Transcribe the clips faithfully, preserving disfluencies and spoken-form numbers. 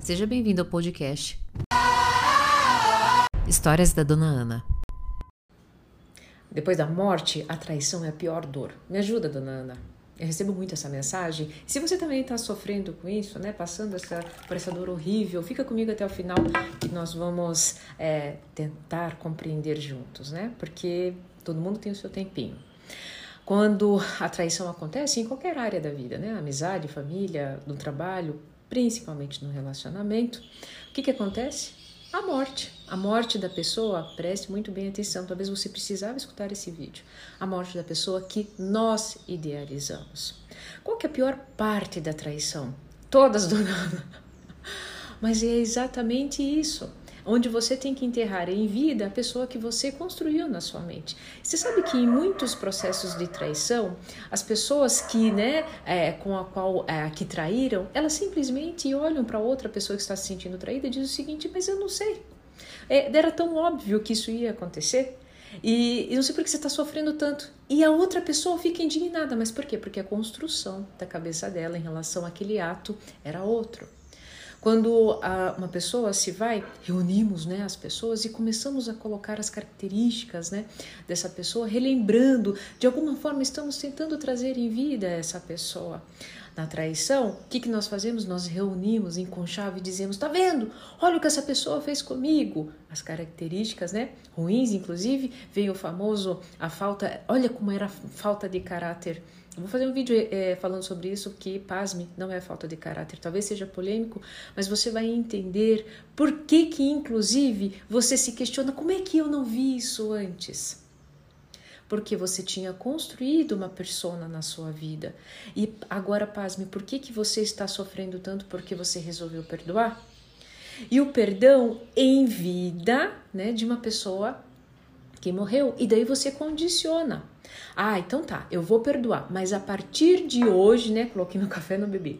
Seja bem-vindo ao podcast Histórias da Dona Ana. Depois da morte, a traição é a pior dor. Me ajuda, Dona Ana. Eu recebo muito essa mensagem. Se você também está sofrendo com isso, né, passando essa, por essa dor horrível, fica comigo até o final que nós vamos é, tentar compreender juntos, né? Porque todo mundo tem o seu tempinho. Quando a traição acontece em qualquer área da vida, né? Amizade, família, no trabalho, principalmente no relacionamento, o que que acontece? A morte. A morte da pessoa, preste muito bem atenção, talvez você precisava escutar esse vídeo. A morte da pessoa que nós idealizamos. Qual que é a pior parte da traição? Todas, Dona Ana. Mas é exatamente isso. Onde você tem que enterrar em vida a pessoa que você construiu na sua mente. Você sabe que em muitos processos de traição, as pessoas que, né, é, com a qual é, que traíram, elas simplesmente olham para outra pessoa que está se sentindo traída e dizem o seguinte: mas eu não sei. É, era tão óbvio que isso ia acontecer. E, e não sei por que você está sofrendo tanto. E a outra pessoa fica indignada. Mas por quê? Porque a construção da cabeça dela em relação àquele ato era outro. Quando a, uma pessoa se vai, reunimos, né, as pessoas e começamos a colocar as características, né, dessa pessoa, relembrando, de alguma forma estamos tentando trazer em vida essa pessoa. Na traição, o que, que nós fazemos? Nós reunimos em conchave e dizemos: tá vendo? Olha o que essa pessoa fez comigo. As características, né, ruins, inclusive, veio o famoso, a falta, olha como era a falta de caráter. Eu vou fazer um vídeo é, falando sobre isso, que, pasme, não é falta de caráter. Talvez seja polêmico, mas você vai entender por que que, inclusive, você se questiona: como é que eu não vi isso antes? Porque você tinha construído uma persona na sua vida. E agora, pasme, por que que você está sofrendo tanto? Porque você resolveu perdoar? E o perdão em vida, né, de uma pessoa que morreu. E daí você condiciona. Ah, então tá, eu vou perdoar, mas a partir de hoje, né, coloquei meu café no bebê.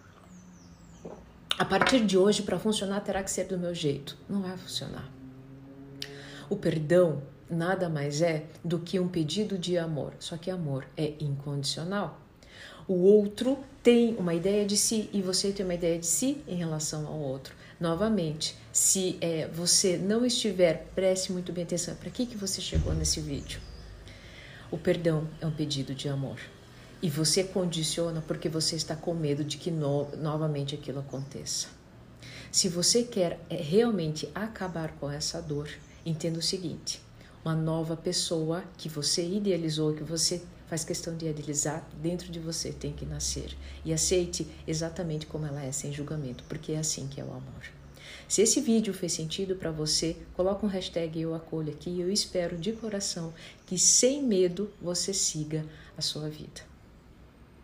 A partir de hoje, para funcionar, terá que ser do meu jeito. Não vai funcionar. O perdão nada mais é do que um pedido de amor, só que amor é incondicional. O outro tem uma ideia de si e você tem uma ideia de si em relação ao outro. Novamente, se é, você não estiver, preste muito bem atenção, para que que você chegou nesse vídeo? O perdão é um pedido de amor. E você condiciona porque você está com medo de que no, novamente aquilo aconteça. Se você quer é, realmente acabar com essa dor, entenda o seguinte: uma nova pessoa que você idealizou, que você faz questão de idealizar, dentro de você tem que nascer. E aceite exatamente como ela é, sem julgamento, porque é assim que é o amor. Se esse vídeo fez sentido para você, coloca um hashtag eu acolho aqui e eu espero de coração que sem medo você siga a sua vida.